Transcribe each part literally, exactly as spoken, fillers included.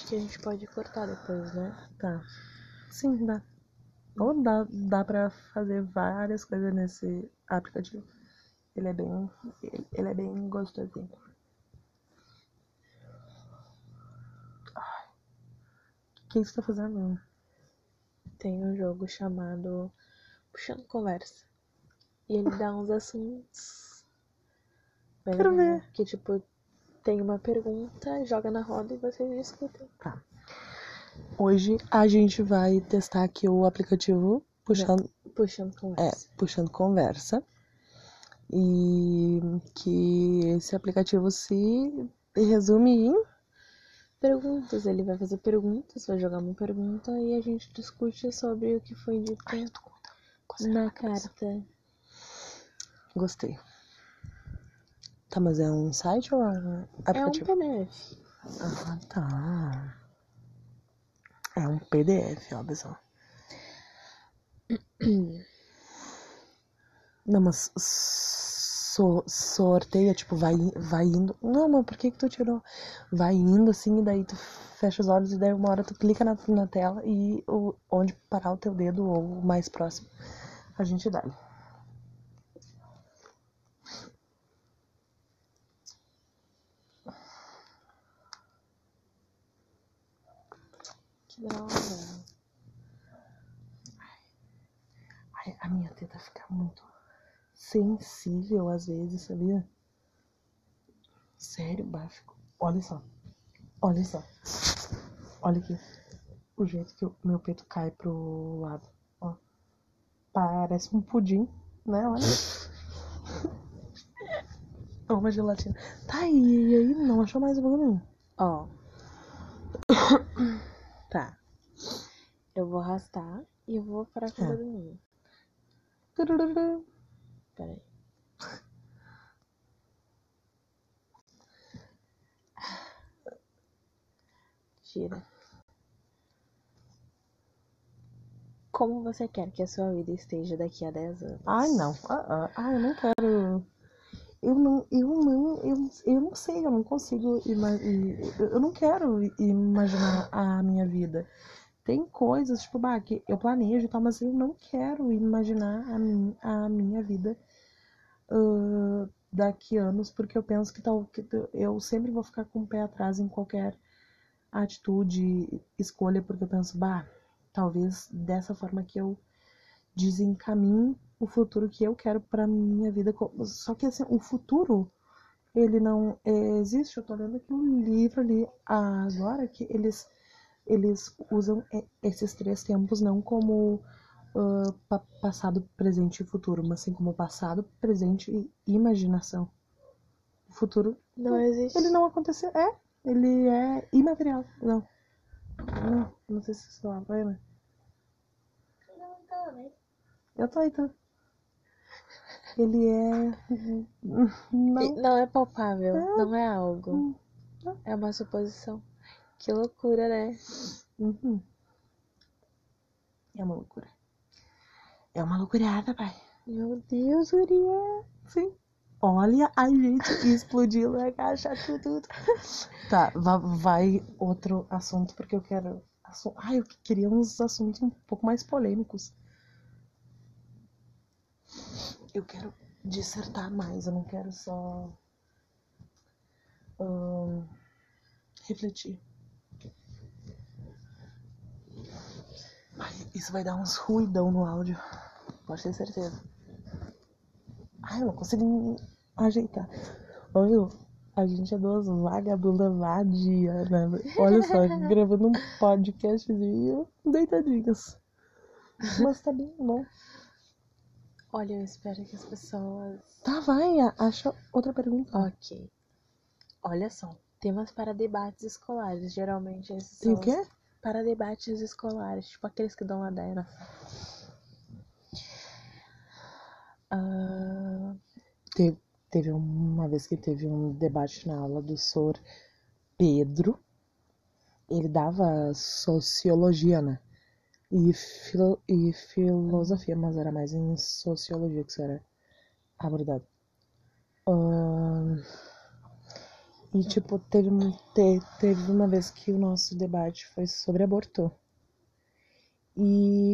que a gente pode cortar depois, né? Tá. Sim, dá. Ou dá, dá pra fazer várias coisas nesse aplicativo. Ele é bem, ele, ele é bem gostosinho. O que você tá fazendo? Tem um jogo chamado Puxando Conversa. E ele dá uns assuntos. Bem Quero legal. ver. Que tipo, tem uma pergunta, joga na roda e vocês discutem. Tá. Hoje a gente vai testar aqui o aplicativo Puxando, Não, puxando é, conversa. puxando Conversa. E que esse aplicativo se resume em Perguntas. Ele vai fazer perguntas, vai jogar uma pergunta e a gente discute sobre o que foi dito Ai, eu tô com muita coisa na na cabeça. carta. Gostei. Tá, mas é um site ou é um É um aplicativo? P D F. Ah, tá. É um P D F, ó, pessoal. Não, mas so, sorteia, tipo, vai, vai indo. Não, mas por que que tu tirou? Vai indo assim, e daí tu fecha os olhos e daí uma hora tu clica na, na tela e o, onde parar o teu dedo ou o mais próximo, a gente dá. Que da hora. Ai, a minha teta fica muito sensível às vezes, sabia? Sério, báfico. Olha só. Olha só. Olha aqui. O jeito que o meu peito cai pro lado. Ó. Parece um pudim, né? Olha. Uma gelatina. Tá, e aí? Não achou mais bagulho nenhum? Ó. Tá. Eu vou arrastar e eu vou parar com o É. dedo nenhum. Turururu. Pera aí. Tira. Como você quer que a sua vida esteja daqui a dez anos? Ai, não. Ah, ah, ah, eu não quero. Eu não, eu não, eu, eu não sei, eu não consigo imaginar. Eu não quero imaginar a minha vida. Tem coisas, tipo, bah, que eu planejo e tal, mas eu não quero imaginar a, min, a minha vida uh, daqui a anos, porque eu penso que, tal, que eu sempre vou ficar com o pé atrás em qualquer atitude, escolha, porque eu penso, bah, talvez dessa forma que eu desencaminhe o futuro que eu quero pra minha vida. Só que assim, o futuro, ele não é, existe. Eu tô lendo aqui um livro ali agora que eles, eles usam esses três tempos não como uh, pa- passado, presente e futuro, mas sim como passado, presente e imaginação. O futuro, Não existe. ele não aconteceu. É, ele é imaterial. Não. Não, não sei se isso lá vai, né? Não, tá, né? Eu tô aí, tá? Ele é. Não. Não é palpável, É. não é algo. Hum. É uma suposição. Que loucura, né? Uhum. É uma loucura. É uma loucurada, pai. Meu Deus, Uriel. Sim. Olha a gente explodindo a caixa, tudo, tudo. Tá, va- vai outro assunto, porque eu quero. assu- Ai, eu queria uns assuntos um pouco mais polêmicos. Eu quero dissertar mais, eu não quero só. ahn, refletir. Ai, isso vai dar uns ruidão no áudio. Pode ter certeza. Ai, eu não consigo ajeitar. Olha, a gente é duas vagabundas vadias, né? Olha só, gravando um podcastzinho deitadinhas. Mas tá bem bom. Olha, eu espero que as pessoas. Tá, vai, a- acha outra pergunta. Ok. Olha só. Temas para debates escolares. Geralmente esses Tem são o quê? os para debates escolares. Tipo aqueles que dão ladaia na sala. Ah, Teve, teve uma vez que teve um debate na aula do senhor Pedro. Ele dava sociologia, né? E, filo, e filosofia, mas era mais em sociologia que isso era abordado. Ahn, E, tipo, teve, um- te- teve uma vez que o nosso debate foi sobre aborto. E.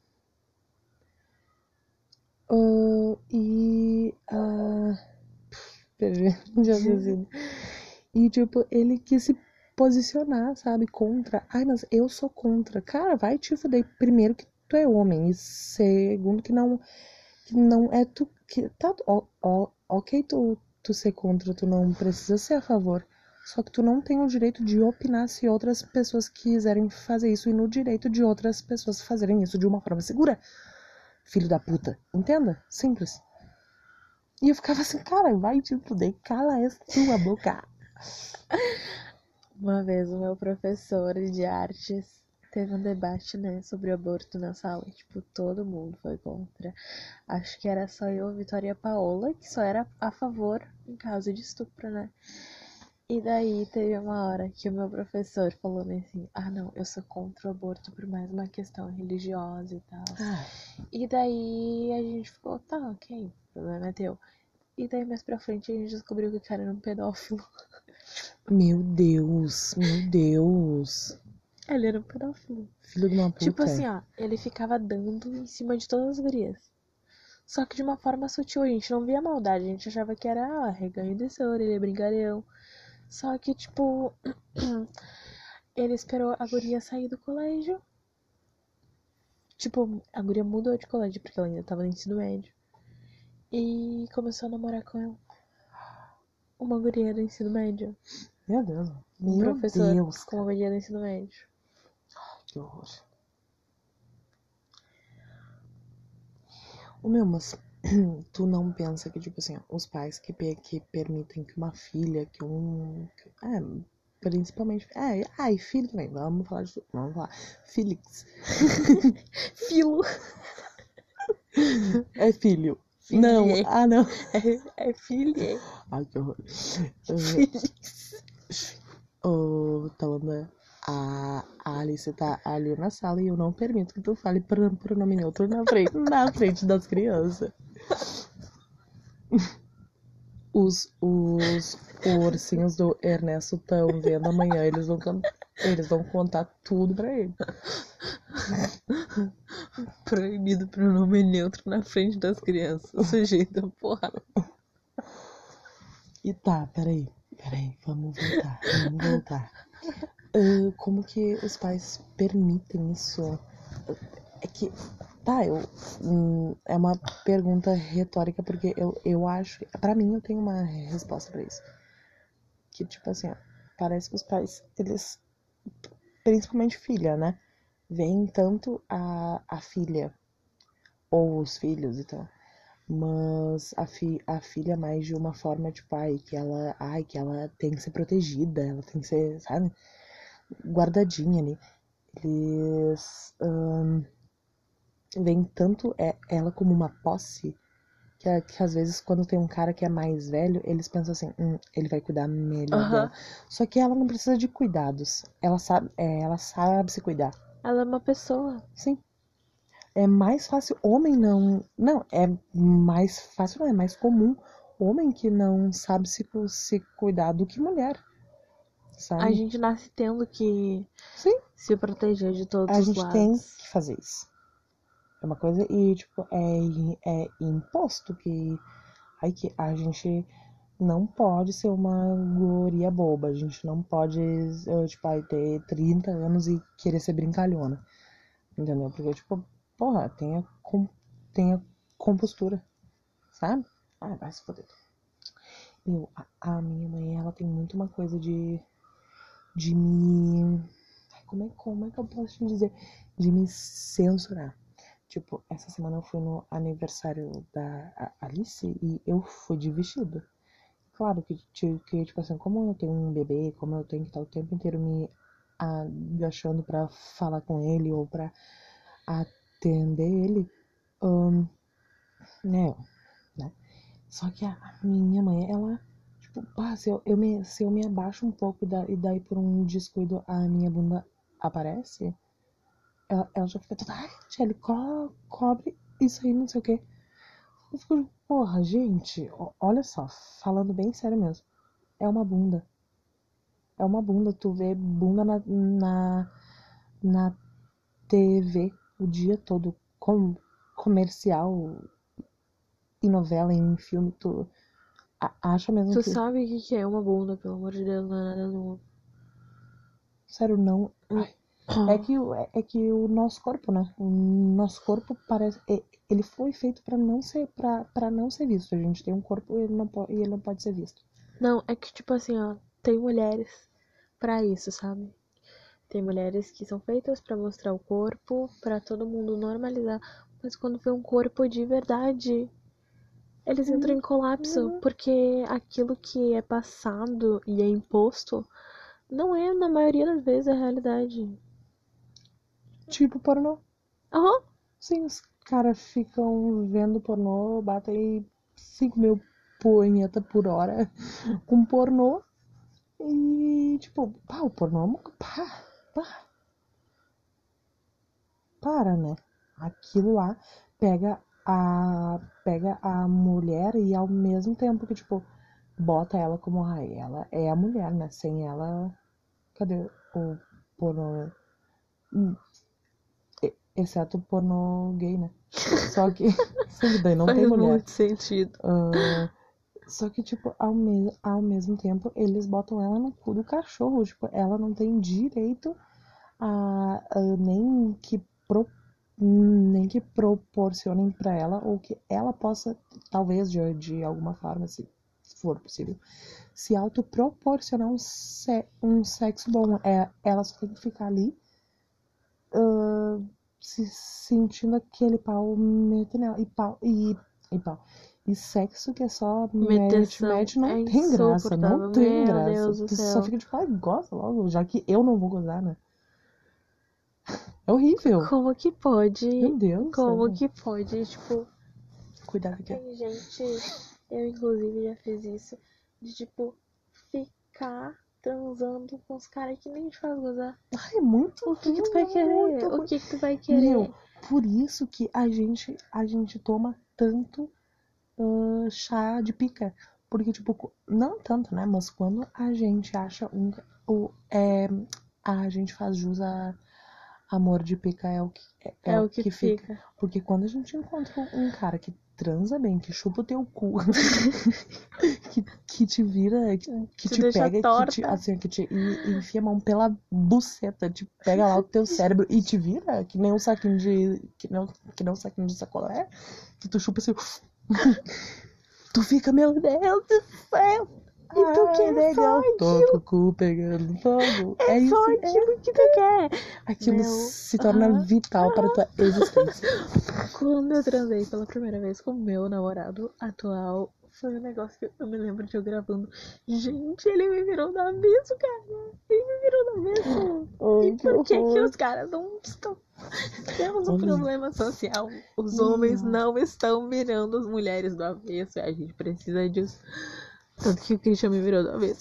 ah, e. ah, perdi de raciocínio. E, tipo, ele quis se posicionar, sabe, contra. Ai, mas eu sou contra. Cara, vai te fuder. Primeiro que tu é homem. E segundo que não, que não é tu. Que, tá, ó, ó, ok, tu, tu ser contra, tu não precisa ser a favor. Só que tu não tem o direito de opinar se outras pessoas quiserem fazer isso e no direito de outras pessoas fazerem isso de uma forma segura. Filho da puta. Entenda? Simples. E eu ficava assim, cara, vai te fuder, cala essa tua boca. Uma vez o meu professor de artes teve um debate, né, sobre aborto na sala. Tipo, todo mundo foi contra. Acho que era só eu, Vitória e a Paola, que só era a favor em caso de estupro, né? E daí teve uma hora que o meu professor falou assim, ah não, eu sou contra o aborto por mais uma questão religiosa e tal. Ah, E daí a gente ficou, tá, ok, o problema é teu. E daí mais pra frente a gente descobriu que o cara era um pedófilo. meu Deus, meu Deus. Ele era um pedófilo. Filho de uma puta. Tipo assim, ó, ele ficava dando em cima de todas as gurias. Só que de uma forma sutil, a gente não via maldade, a gente achava que era, ah, reganho de ouro, ele é brincalhão. Só que, tipo, ele esperou a guria sair do colégio. Tipo, a guria mudou de colégio porque ela ainda tava no ensino médio. E começou a namorar com ela. Uma guria do ensino médio. Meu Deus. Um Meu professor Deus. com uma guria do ensino médio. Que horror. O meu, mas tu não pensa que, tipo assim, ó, os pais que, pe- que permitem que uma filha, que um. que- é, principalmente. É, ai, filho também. Vamos falar de tudo. Vamos falar. Felix. Filo. É filho. Filho. Não, ah, não. É, é filho. Ai, que horror. Felix. Ô, Thelma, a a Alice tá ali na sala e eu não permito que tu fale pro- pronome neutro na frente, na frente das crianças. Os, os ursinhos do Ernesto estão vendo amanhã, eles vão, can- eles vão contar tudo pra ele. Proibido pronome neutro na frente das crianças. Sujeito, porra. E tá, peraí, peraí, vamos voltar, vamos voltar. Ah, como que os pais permitem isso? É que, tá, eu, hum, é uma pergunta retórica, porque eu, eu acho, pra mim eu tenho uma resposta pra isso. Que, tipo assim, ó, parece que os pais, eles, principalmente filha, né, veem tanto a, a filha, ou os filhos e tal, mas a, fi, a filha mais de uma forma, tipo, ai, que ela, ai, que ela tem que ser protegida, ela tem que ser, sabe, guardadinha ali. Eles hum, veem tanto é, ela como uma posse que, que às vezes quando tem um cara que é mais velho, eles pensam assim, hum, ele vai cuidar melhor Aham. dela. Só que ela não precisa de cuidados. Ela sabe, é, ela sabe se cuidar. Ela é uma pessoa. Sim. É mais fácil. Homem não. Não, é mais fácil, não, é mais comum. Homem que não sabe se, cu- se cuidar do que mulher. A Sabe? gente nasce tendo que Sim. se proteger de todos A os gente tem lados. que fazer isso. É uma coisa. E, tipo, é, é imposto que. Ai, que a gente não pode ser uma guria boba. A gente não pode, eh, tipo, ai, ter trinta anos e querer ser brincalhona. Entendeu? Porque, tipo, porra, tenha, com, tenha compostura, sabe? Ah, vai se foder. Meu, a, a minha mãe, ela tem muito uma coisa de. De me. Ai, Como é, como é que eu posso te dizer? De me censurar. Tipo, essa semana eu fui no aniversário da A- Alice e eu fui de vestido. Claro que, ti- que, tipo assim, como eu tenho um bebê, como eu tenho que estar o tempo inteiro me agachando pra falar com ele ou pra atender ele, ahn, né, né? Só que a a minha mãe, ela, tipo, pá, se eu, eu me, se eu me abaixo um pouco e, da- e daí por um descuido a minha bunda aparece, ela, ela já fica toda, ai, Shelly, co cobre isso aí, não sei o quê. Eu fico, porra, gente, ó- olha só, falando bem sério mesmo, é uma bunda. é uma bunda. Tu vê bunda na, na, na T V o dia todo. Com, comercial, em novela, em filme. Tu a- acha mesmo Tu que... sabe o que que é uma bunda, pelo amor de Deus, não é nada novo. Sério, não... Ai, é que, o- é, é que o nosso corpo, né? O nosso corpo parece... é- ele foi feito pra não ser, pra, pra não ser visto. A gente tem um corpo e ele não, po- e ele não pode ser visto. Não, é que tipo assim, ó, tem mulheres pra isso, sabe? Tem mulheres que são feitas pra mostrar o corpo, pra todo mundo normalizar, mas quando vê um corpo de verdade, eles entram em colapso, Uhum. porque aquilo que é passado e é imposto não é, na maioria das vezes, a realidade. Tipo pornô. Aham, Sim, os caras ficam vendo pornô, batem cinco mil punheta por hora com pornô. E, tipo, pá, o pornô é uma... Pá, pá, para, né? Aquilo lá pega a, pega a mulher e ao mesmo tempo que, tipo, bota ela como, ai, ela é a mulher, né? Sem ela, cadê o pornô? Hum, e- Exceto o pornô gay, né? Só que, só que daí não tem faz mulher. muito sentido. Ah, só que, tipo, ao, me ao mesmo tempo, eles botam ela no cu do cachorro. Tipo, ela não tem direito a, a nem que pro, nem que proporcionem pra ela ou que ela possa, talvez de, de alguma forma, se for possível, se autoproporcionar um, se um sexo bom. É, ela só tem que ficar ali ah, se sentindo aquele pau meter nela. E pau, e, e pau. E sexo que é só mete, Meteção mete, não é tem graça, não insuportável. tem Meu graça. Deus do Tu só céu. fica tipo, ai, gosta logo, já que eu não vou gozar, né? É horrível. Como que pode? Meu Deus do Como céu. que pode? Tipo, Cuidado aqui. tem gente, eu inclusive já fiz isso, de tipo, ficar transando com os caras que nem te faz gozar. Ai, é muito O que que tu ruim, vai é muito querer? O ruim. que que tu vai Meu, querer? por isso que a gente, a gente toma tanto ah, chá de pica. Porque, tipo, co- não tanto, né? Mas quando a gente acha um. O, é, a gente faz jus a amor de pica é o que, é, é É o o que que fica. fica. Porque quando a gente encontra um cara que transa bem, que chupa o teu cu, que, que te vira, que, que Te te deixa pega, que te, torta. assim, que te e, enfia a mão pela buceta, te pega lá o teu cérebro e te vira, que nem um saquinho de. Que nem, um- que nem um saquinho de sacolé, que tu chupa assim. Tu fica, meu Deus do céu! E tu Ai, quer só legal. Tô com aquilo. o cu pegando fogo. É É só isso, é. aquilo que tu quer. Aquilo Meu. se torna Aham. vital para a tua existência. Quando eu transei pela primeira vez com o meu namorado atual, foi um negócio que eu me lembro de eu gravando. Gente, ele me virou do avesso, cara. Ele me virou do avesso. E Ai, que por que que horror. os caras não estão... Temos um Olha, problema social. Os homens meu. não estão virando as mulheres do avesso. A gente precisa disso. Tanto que o Christian me virou do avesso.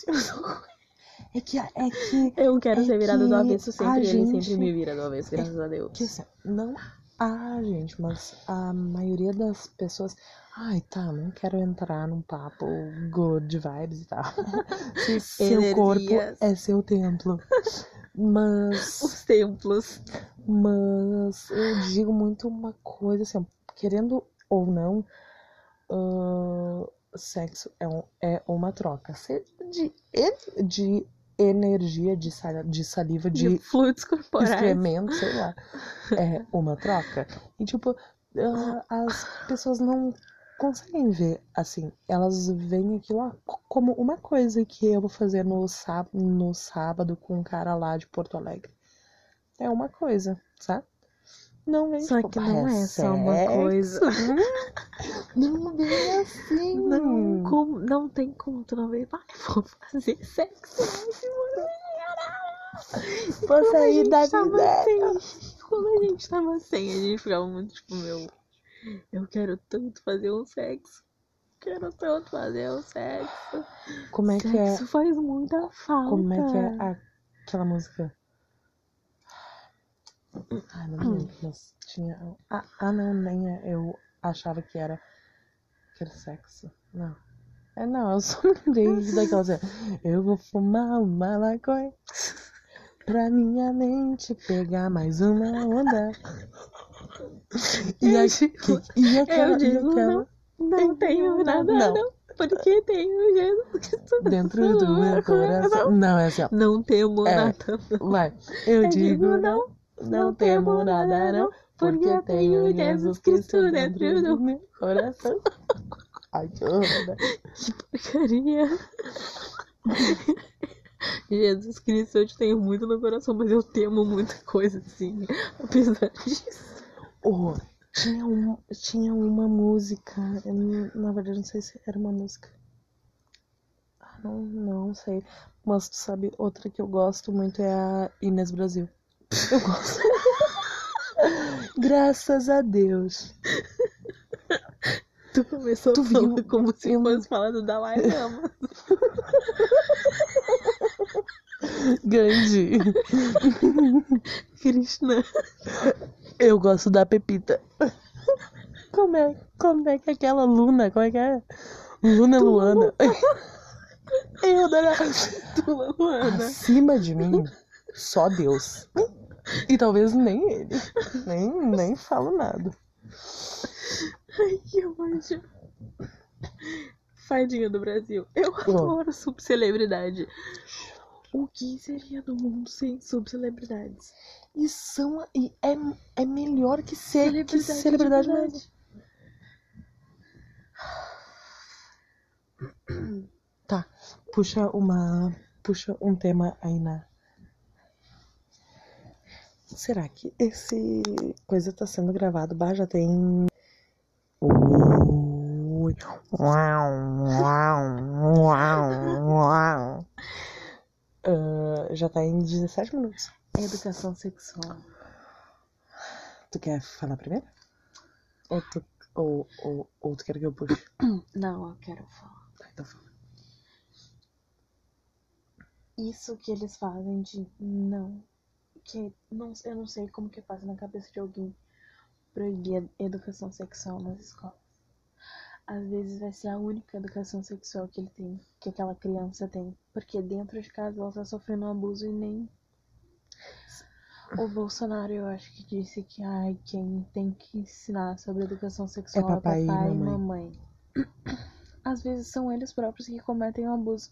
É que, é que, Eu quero é ser virada do que avesso a sempre. E ele sempre gente. me vira do avesso, É graças a que Deus. assim, não a gente, mas a maioria das pessoas. Ai, tá, não quero entrar num papo good vibes e tal. Se seu corpo Energias. é seu templo. Mas. Os templos. Mas eu digo muito uma coisa assim, ó, querendo ou não, ah, sexo é, um- é uma troca. Seja de, e- de energia, de, sa- de saliva, De de fluidos corporais. excremento, sei lá. É uma troca. E tipo, ah, as pessoas não conseguem ver assim. Elas veem aquilo lá co- como uma coisa que eu vou fazer no, sá- no sábado com um cara lá de Porto Alegre. É uma coisa, sabe? Não vem Só tipo, que "Ah, não é é só uma coisa. sexo. Hum, não vem Não, assim. como, não tem como tu não ver. Vai, vou fazer sexo hoje, mano. E Vou quando a sair da gente tava miséria. sem, quando a gente tava sem, a gente ficava muito tipo, meu, eu quero tanto fazer um sexo. Quero tanto fazer um sexo. Como é que é, Sexo faz muita como é que é falta. a- aquela música? Ai, não me lembro, mas tinha. Ah, ah, não, nem é. Eu achava que era. Que era sexo. Não. É, não, eu só lembrei daquela cena. Eu vou fumar uma maconha pra minha mente pegar mais uma onda. E, Eu a, digo, e aquela. eu digo e aquela não, não tenho nada, não. não, porque tenho Jesus Cristo Dentro do meu coração. Não, é assim, ó. Não temo É, nada, não. vai. Eu, Eu digo digo não, não temo nada, não. porque Porque eu tenho tenho Jesus Jesus Cristo Cristo dentro dentro do do... meu coração. Ai, que horror, né? Que porcaria. Jesus Cristo, eu te tenho muito no coração, mas eu temo muita coisa, assim, apesar disso. Oh, tinha, um, tinha uma música, eu não- na verdade não sei se era uma música. Ah, não, não sei. Mas tu sabe, outra que eu gosto muito é a Inês Brasil. Eu gosto. Graças a Deus. Tu começou Tu a falar viu? como se Eu não- fosse falar do Dalai Lama. Gandhi. Krishna. Eu gosto da Pepita. Como é, como é que é aquela Luna? Como é que é? Luna Luana. Eu, Dona. Tula Luana. Acima de mim, só Deus. E talvez nem ele. Nem, nem falo nada. Ai, que ódio. Fadinha do Brasil. Eu adoro subcelebridade. O que seria do mundo sem subcelebridades? E são. E é, é melhor que ser Celebridade que celebridade de mesmo. Tá, puxa uma. Puxa um tema aí na. Será que esse coisa tá sendo gravado? Bah, já tem. Oi. Uau, uau, uau, uau. Uh, já tá em dezessete minutos. Educação sexual. Tu quer falar primeiro? Ou tu, ou, ou, ou tu quer que eu puxe? Não, eu quero falar. Tá, então fala. Isso que eles fazem de não. Que não, eu não sei como que passa na cabeça de alguém proibir a educação sexual nas escolas. Às vezes vai ser a única educação sexual que ele tem, que aquela criança tem. Porque dentro de casa ela tá sofrendo um abuso e nem. O Bolsonaro, eu acho que disse que ai, quem tem que ensinar sobre educação sexual É papai é papai e e mamãe. mamãe. Às vezes são eles próprios que cometem o abuso.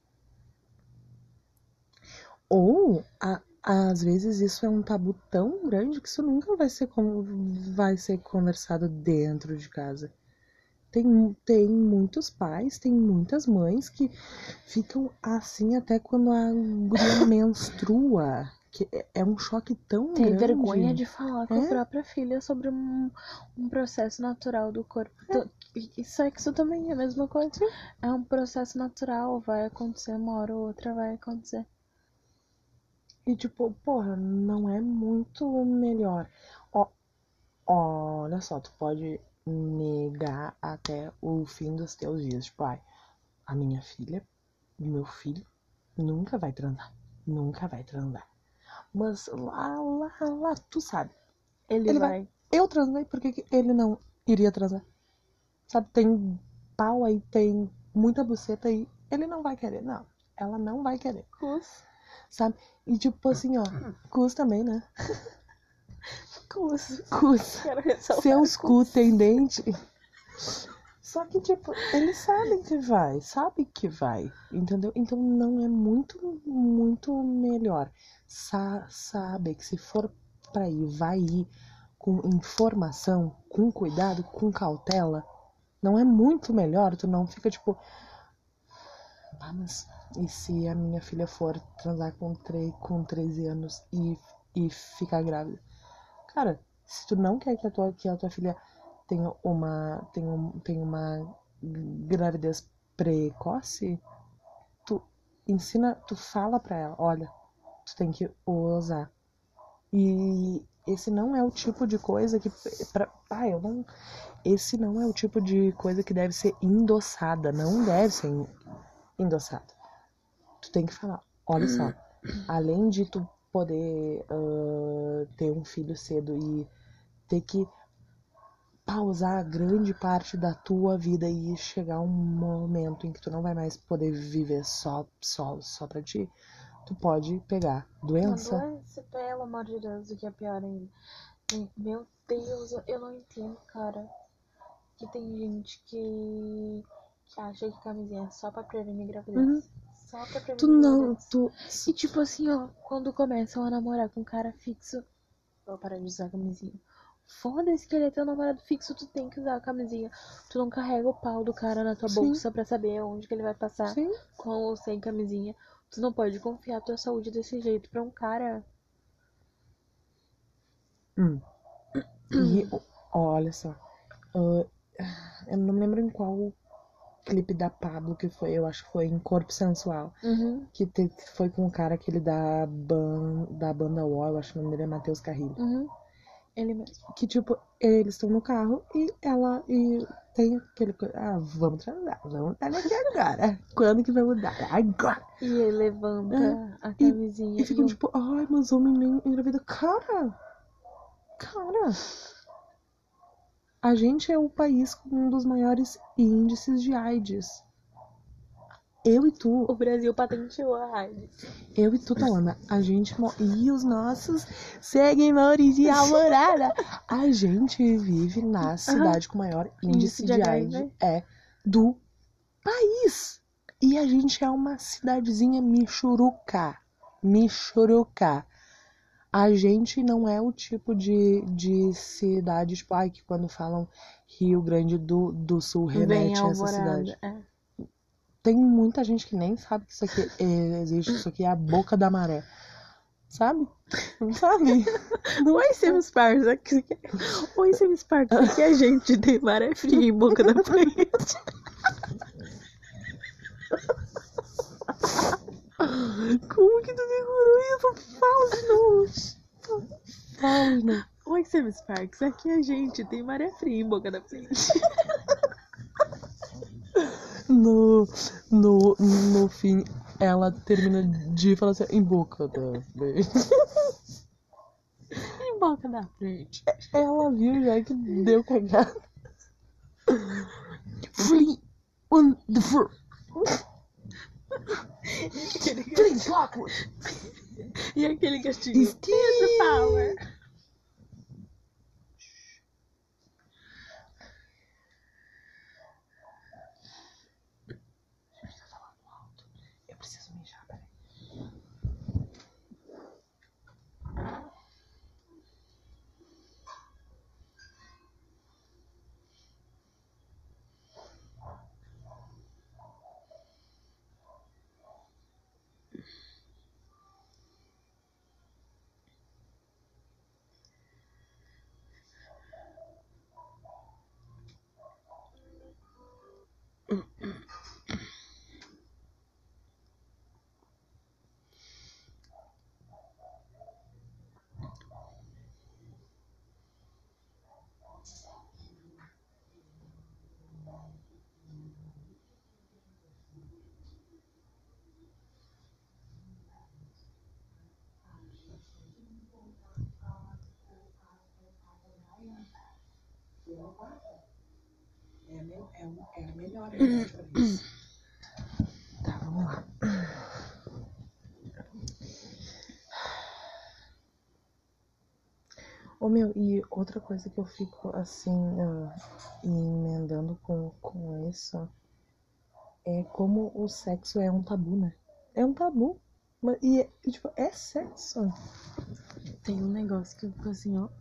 Ou, a, às vezes, isso é um tabu tão grande que isso nunca vai ser, como, vai ser conversado dentro de casa. Tem, tem muitos pais, tem muitas mães que ficam assim até quando a guria menstrua. Que é, é um choque tão Tem grande. vergonha de falar com a É? própria filha sobre um, um processo natural do corpo. Do- E e sexo também é a mesma coisa. É um processo natural, vai acontecer uma hora ou outra, vai acontecer. E tipo, porra, não é muito melhor. Ó, olha só, tu pode negar até o fim dos teus dias. Tipo, ai, a minha filha, meu filho, nunca vai transar. Nunca vai transar. Mas lá, lá, lá, tu sabe. Ele, Ele vai. vai. Eu transei, por que que ele não iria transar? Sabe, tem pau aí, tem muita buceta aí. Ele não vai querer, não. Ela não vai querer. Cus. Sabe? E tipo assim, ó, cus também, né? Cus. Cus. Quero ressaltar. Seus cu cus. tem dente. Só que, tipo, eles sabem que vai, sabe que vai, entendeu? Então não é muito, muito melhor. Sa sabe que se for pra ir, vai ir com informação, com cuidado, com cautela. Não é muito melhor, tu não fica tipo. Ah, mas e se a minha filha for transar com, com treze anos e, e ficar grávida? Cara, se tu não quer que a tua, que a tua filha tenha uma, tenha, um, tenha uma gravidez precoce, tu ensina, tu fala pra ela, olha, tu tem que usar. E esse não é o tipo de coisa que pra, ah, eu não, esse não é o tipo de coisa que deve ser endossada, não deve ser endossada. Tu tem que falar, olha só, além de tu poder uh, ter um filho cedo e ter que pausar grande parte da tua vida e chegar um momento em que tu não vai mais poder viver só, só, só pra ti, tu pode pegar doença. Uma doença, pelo amor de Deus, o que é pior ainda. Meu Deus, eu não entendo, cara. Que tem gente que, que acha que camisinha é só pra prevenir gravidez. Uhum. Só pra prevenir Tu não, gravidez. tu... E tipo assim, ó, quando começam a namorar com um cara fixo, vou parar de usar camisinha. Foda-se que ele é teu namorado fixo, tu tem que usar a camisinha. Tu não carrega o pau do cara na tua Sim. bolsa pra saber onde que ele vai passar. Sim. Com ou sem camisinha. Tu não pode confiar a tua saúde desse jeito pra um cara. Hum. E olha só, uh, eu não me lembro em qual clipe da Pablo que foi, eu acho que foi em Corpo Sensual, Uhum. que te, foi com o cara aquele da, ban, da banda War, eu acho que o nome dele é Matheus Carrilho. Uhum. Ele mesmo. Que tipo, eles estão no carro e ela e tem aquele co- ah, vamos transar, vamos dar aqui agora. Quando que vamos dar? Agora! E ele levanta É, a e- camisinha E ficam eu- tipo, ai, mas homem nem engravida. Cara! Cara! A gente é o país com um dos maiores índices de AIDS. Eu e tu, o Brasil patenteou a AIDS. eu e tu, Talana, a gente mo- e os nossos seguidores de Alvorada. A gente vive na cidade com o maior índice Índice de de H I AIDS V. é do país. E a gente é uma cidadezinha michuruca. Michuruca. A gente não é o tipo de, de cidade, tipo, ai, que quando falam Rio Grande do, do Sul remete a essa cidade. É. Tem muita gente que nem sabe que isso aqui é- existe, isso aqui é a boca da maré. Sabe? Não sabe? Não Oi, Semis Parça. Aqui... Oi, Semis Parça. Aqui a gente tem maré fria em boca da frente. Como que tu segurou isso? Fala de novo. Fala de novo. Oi, Semis Parks. Aqui a gente tem maré fria em boca da frente. No, no, no fim, ela termina de falar assim, em boca da frente. Em boca da frente. Ela viu já que deu cagada. Free on the floor. Free clockwork. E aquele gatinho. Steve. Power. Eu preciso mijar, peraí. É a, me- é o- é a melhor idade pra isso. Tá, vamos lá. Ô meu, e outra coisa que eu fico assim, ah, emendando com, com isso é como o sexo é um tabu, né? É um tabu. Mas, e, é- e, tipo, é sexo. Tem um negócio que eu fico assim, ó.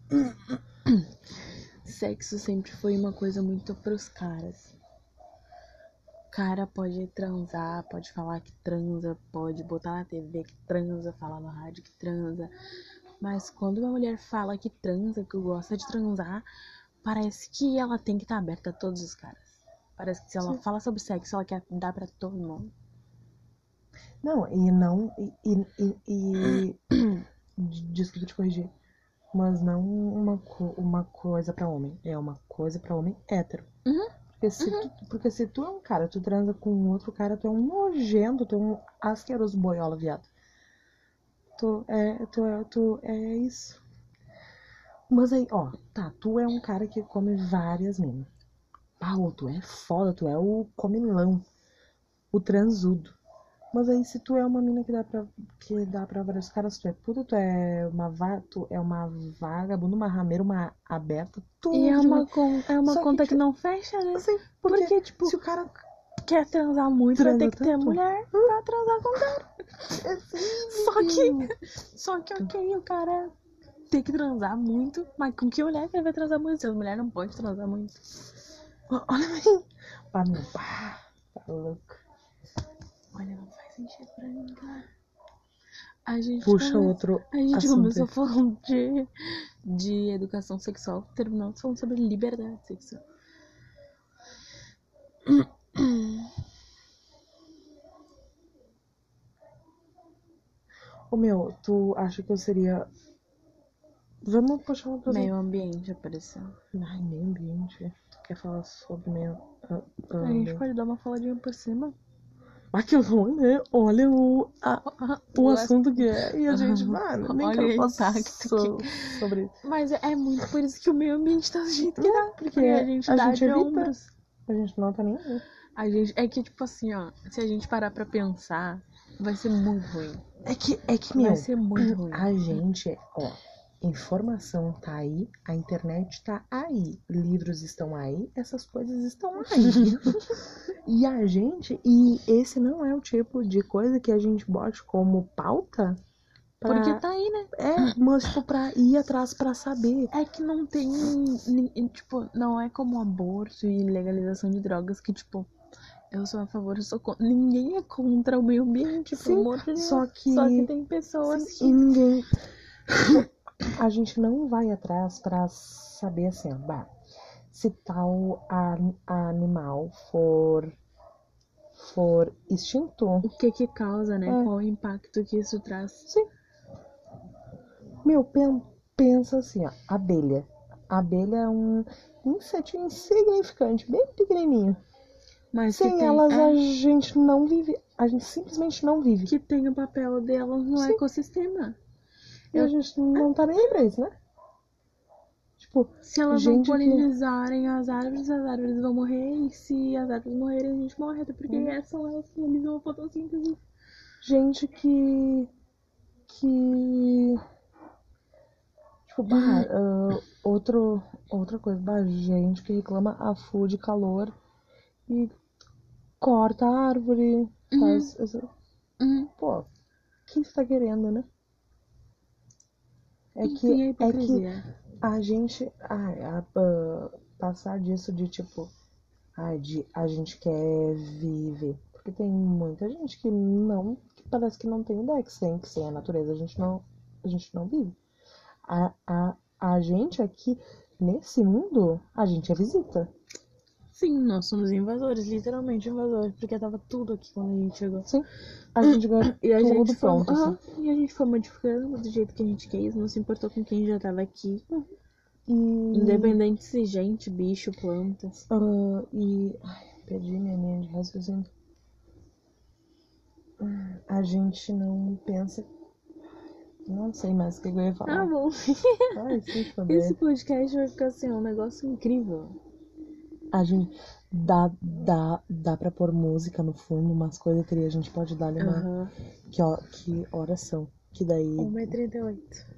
Sexo sempre foi uma coisa muito pros caras. O cara pode transar, pode falar que transa, pode botar na T V que transa, falar na rádio que transa. Mas quando uma mulher fala que transa, que gosta de transar, parece que ela tem que estar aberta a todos os caras. Parece que se ela Sim. fala sobre sexo, ela quer dar pra todo mundo. Não, e não. E. e, e, e desculpa te corrigir. Mas não uma, co- uma coisa pra homem. É uma coisa pra homem hétero. Uhum. Porque se, tu, porque se tu é um cara, tu transa com outro cara, tu é um nojento, tu é um asqueroso boiola, viado. Tu é, tu é, tu é isso. Mas aí, ó, tá, tu é um cara que come várias minas. Pau, tu é foda, tu é o comilão, o transudo. Mas aí se tu é uma mina que dá pra, que dá pra vários caras, tu é puta, tu é uma, va, tu é uma vagabunda, uma rameira, uma aberta, E é tudo de ruim. uma, con- é uma Só que, conta que tipo, não fecha, né? assim, porque, Porque, tipo, se o cara quer transar muito, vai ter transa que ter tanto, mulher pra transar com o cara. é sim, Só que, só que, ok, o cara tem que transar muito, mas com que mulher que ele vai transar muito? Se a mulher não pode transar muito. olha aí. Ah, meu, pá, tá louco. Olha, não faz sentido pra mim, cara. A gente, Puxa come... outro a gente assunto começou aí. falando de, de educação sexual, terminamos falando sobre liberdade sexual. Ô, meu, tu acha que eu seria... Vamos puxar uma coisa. Meio ambiente apareceu. Ai, meio ambiente. Tu quer falar sobre meio ah, ah, A gente ambiente? pode dar uma faladinha por cima. Ah, que horror, né? Olha o, a, o O assunto que é. E a gente, mano, nem Olha quero o falar impacto so- sobre isso. Mas é muito por isso que o meio ambiente tá do jeito que tá. Porque Porque a gente a dá gente de evita. ombros. A gente não tá nem aí. A gente, é que, tipo assim, ó, se a gente parar pra pensar, vai ser muito ruim. É que, é que, Vai meu, ser muito ruim. a gente, ó, informação tá aí, a internet tá aí, livros estão aí, essas coisas estão aí. E a gente, e esse não é o tipo de coisa que a gente bote como pauta pra, Porque tá aí, né? é, mas tipo, pra ir atrás pra saber. É que não tem, ni- tipo, não é como aborto e legalização de drogas que, tipo, eu sou a favor, eu sou contra. Ninguém é contra o meio ambiente, pelo Sim, amor de Deus. só que, Só que tem pessoas sim, que... e ninguém, a gente não vai atrás pra saber assim, ó, bah, se tal a- animal for for extinto. O que que causa, né? É. Qual o impacto que isso traz? Sim. Meu, pen- pensa assim, ó, abelha. A abelha é um insetinho insignificante, bem pequenininho. Mas Sem que tem, elas a é, gente não vive, a gente simplesmente não vive. que tem o papel delas no Sim. ecossistema. E a gente não tá nem aí pra isso, né? Tipo, Se elas não gente que... polinizarem as árvores, as árvores vão morrer. E se as árvores morrerem, a gente morre. Até porque Hum. essas são elas que realizam a fotossíntese. Gente que... Que... Tipo, bah, ah, outro, outra coisa, bah, gente que reclama a full de calor e corta a árvore, faz... essa- Uhum. Pô, o que você tá querendo, né? É Enfim, a que, é que hipocrisia. a gente... Ai, a- ah, passar disso de, tipo... Ai, de a gente quer viver. Porque tem muita gente que não... Que parece que não tem ideia que sem, que sem a natureza a gente não, a gente não vive. A, a, a gente aqui, nesse mundo, a gente é visita. Sim, nós somos invasores, literalmente invasores, porque tava tudo aqui quando a gente chegou. Sim, a gente ganha E a tudo gente foi, pronto, ah, assim. e a gente foi modificando do jeito que a gente quis, não se importou com quem já tava aqui. E... Independente se gente, bicho, plantas. ah, e... Ai, perdi minha linha de raciocínio. A gente não pensa... Não sei mais o que eu ia falar. Ah, bom. Ai, se Esse foder. podcast vai ficar assim, um negócio incrível. A gente... Dá, dá, dá pra pôr música no fundo, umas coisas que a gente pode dar ali uma... Aham. Que, ó, que horas são? Que daí... uma e trinta e oito.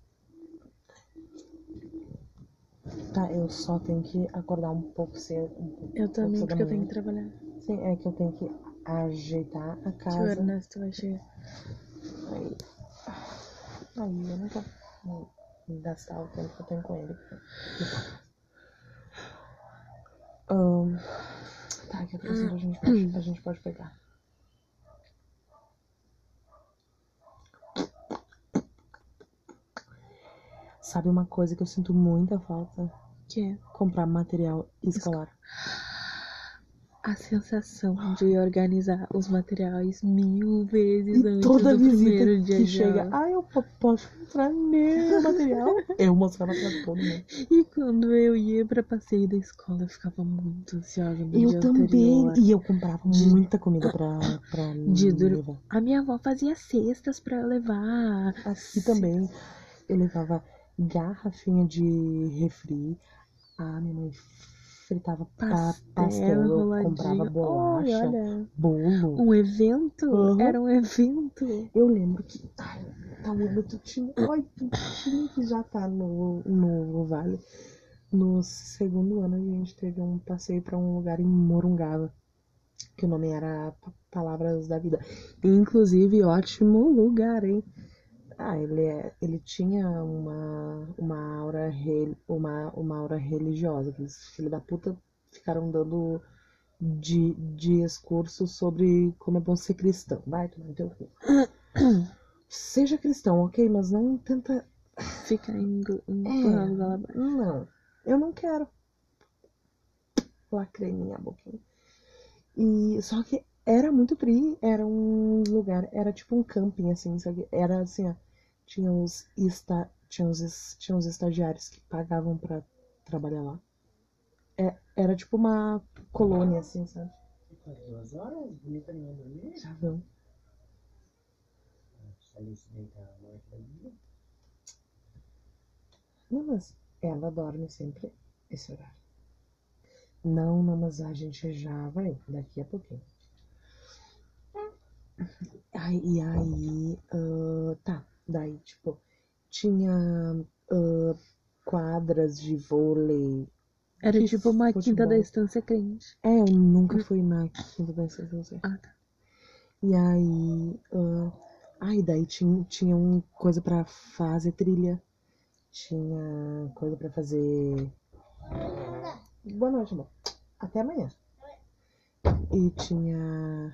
Tá, eu só tenho que acordar um pouco cedo. Um pouco, Eu também, pouco porque eu da tenho manhã. que trabalhar. Sim, é que eu tenho que ajeitar a Que o casa. Ernesto vai chegar. Aí, aí eu não quero gastar o tempo que eu tenho com ele. Ahn, tá, que outro assunto a gente pode, a gente pode pegar? Sabe uma coisa que eu sinto muita falta? Que é Comprar material escolar. a sensação de organizar os materiais mil vezes E antes toda do visita primeiro dia que de chega, aula. ah, eu po- posso mostrar meu material? Eu mostrava pra todo mundo. E quando eu ia pra passeio da escola, eu ficava muito ansiosa no Eu dia também. anterior. E eu comprava De- muita comida pra, pra De dur... levar. A minha avó fazia cestas pra eu levar. Aqui também eu levava garrafinha de refri. Ah, minha mãe fritava pa- Pastel pastel, eu comprava enroladinho. Oi, bolacha, olha. bolo. Um evento? Aham. Era um evento. Eu lembro que. Ai, tá muito tu tinha. Ai, tu tinha que já tá no, no Vale. No segundo ano a gente teve um passeio pra um lugar em Morungava, que o nome era Pa- Palavras da Vida. Inclusive, ótimo lugar, hein? Ah, ele, é, ele tinha uma, uma aura re, uma, uma aura religiosa. Aqueles filhos da puta ficaram dando de, discurso sobre como é bom ser cristão. Vai, tu não teu cu. Seja cristão, ok, mas não tenta. Fica engl- É, empurrando goela abaixo. não, eu não quero. Lacrei minha boquinha. E só que era muito tri, era um lugar, era tipo um camping assim, sabe? Era assim, ó, tinha os esta, tinha os, es- tinha os estagiários que pagavam pra trabalhar lá. É, era tipo uma colônia assim, sabe? Faz duas horas, bonita não dormir. Já vão. Ali se deita a morte da vida. Não, mas ela dorme sempre esse horário. Não, não, mas a gente já vai daqui a pouquinho. Ai, e aí, ah, tá, daí, tipo, tinha ah, quadras de vôlei, Era que tipo uma quinta da futebol. estância crente. É, eu nunca fui na quinta da estação. Ah, tá. E aí, ah, ai, daí tinha, tinha um coisa pra fazer trilha, tinha coisa pra fazer. Boa noite, amor. Até amanhã. E tinha.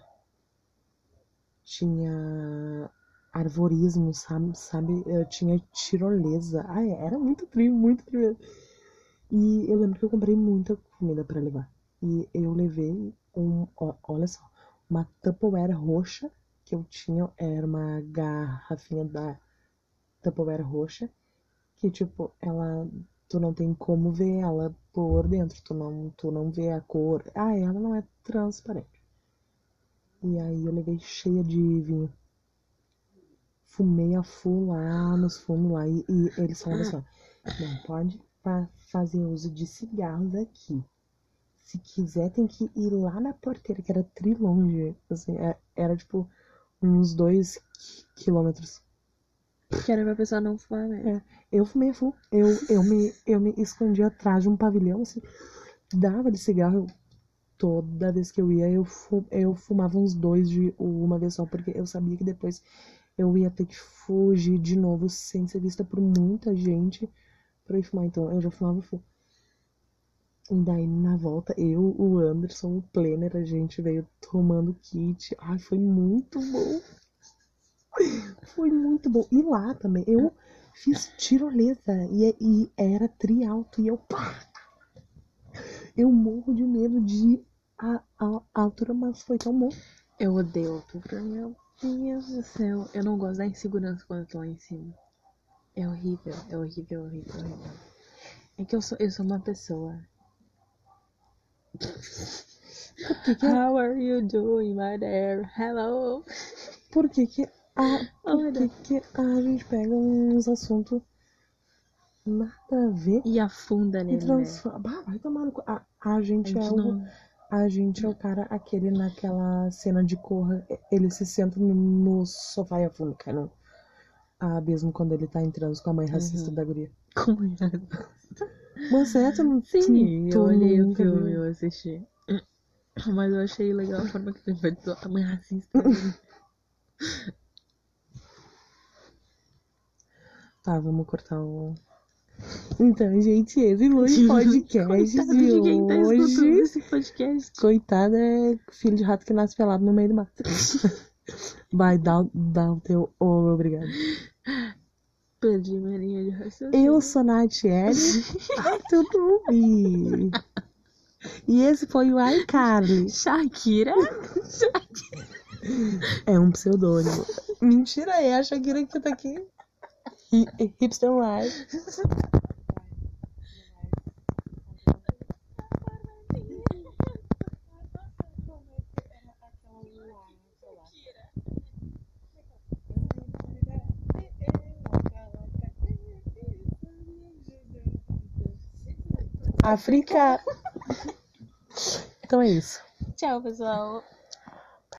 Tinha arvorismo, sabe? sabe? Eu tinha tirolesa. Ai, era muito frio, muito frio. E eu lembro que eu comprei muita comida pra levar. E eu levei um, ó, olha só, uma Tupperware roxa que eu tinha, era uma garrafinha da Tupperware roxa, que tipo, ela, tu não tem como ver ela por dentro, tu não, tu não vê a cor. Ah, ela não é transparente. E aí eu levei cheia de vinho. Fumei a full lá nos fundos lá. E, e eles falaram assim, ó, não pode fa- fazer uso de cigarros aqui. Se quiser, tem que ir lá na porteira, que era trilonge. Assim, é- era tipo uns dois qui- quilômetros. Que era pra pessoa não fumar mesmo. É, eu fumei a full. Eu, eu, me, eu me escondi atrás de um pavilhão, assim, dava de cigarro. Toda vez que eu ia, eu, fu- eu fumava uns dois de uma vez só, porque eu sabia que depois eu ia ter que fugir de novo sem ser vista por muita gente pra ir fumar. Então eu já fumava full. E daí na volta, eu, o Anderson, o Planner, a gente veio tomando kit. Ai, foi muito bom. Foi muito bom. E lá também, eu fiz tirolesa e, e era trialto. E eu, pá! Eu morro de medo de a, a, a altura, mas foi tão bom. Eu odeio altura, meu Deus do céu. Eu não gosto da insegurança quando eu tô lá em cima. É horrível, é horrível, é horrível, é horrível. É que eu sou, eu sou uma pessoa. Por que que, a- How are you doing, my dear? Hello. por que que, a, por Olha. que que a gente pega uns assuntos nada a ver E afunda e nele, né? transforma. Bah, vai tomar no cu. A, a A gente é gente o. não. A gente é o cara, aquele naquela cena de Corra, ele se senta no, no sofá e afunda, cai no abismo quando ele tá em transe com a mãe racista Uhum. da guria. Como é? Mas é, tu, não- tu, Sim, tu eu olhei o nunca filme, viu. eu assisti. Mas eu achei legal a forma que ele foi a mãe racista. Né? Tá, vamos cortar o. Então, gente, esse foi o podcast Coitado de de quem tá escutando hoje. esse podcast. Coitada é filho de rato que nasce pelado no meio do mato. Vai, dá, dá o teu oh, obrigado. Perdi minha linha de raciocínio. Eu sou a Natiele. Ai, tudo bem. E esse foi o iCarly. Shakira? É um pseudônimo. Mentira, é a Shakira que tá aqui. Hi- Hipster Live. África. Então é isso. Tchau, pessoal.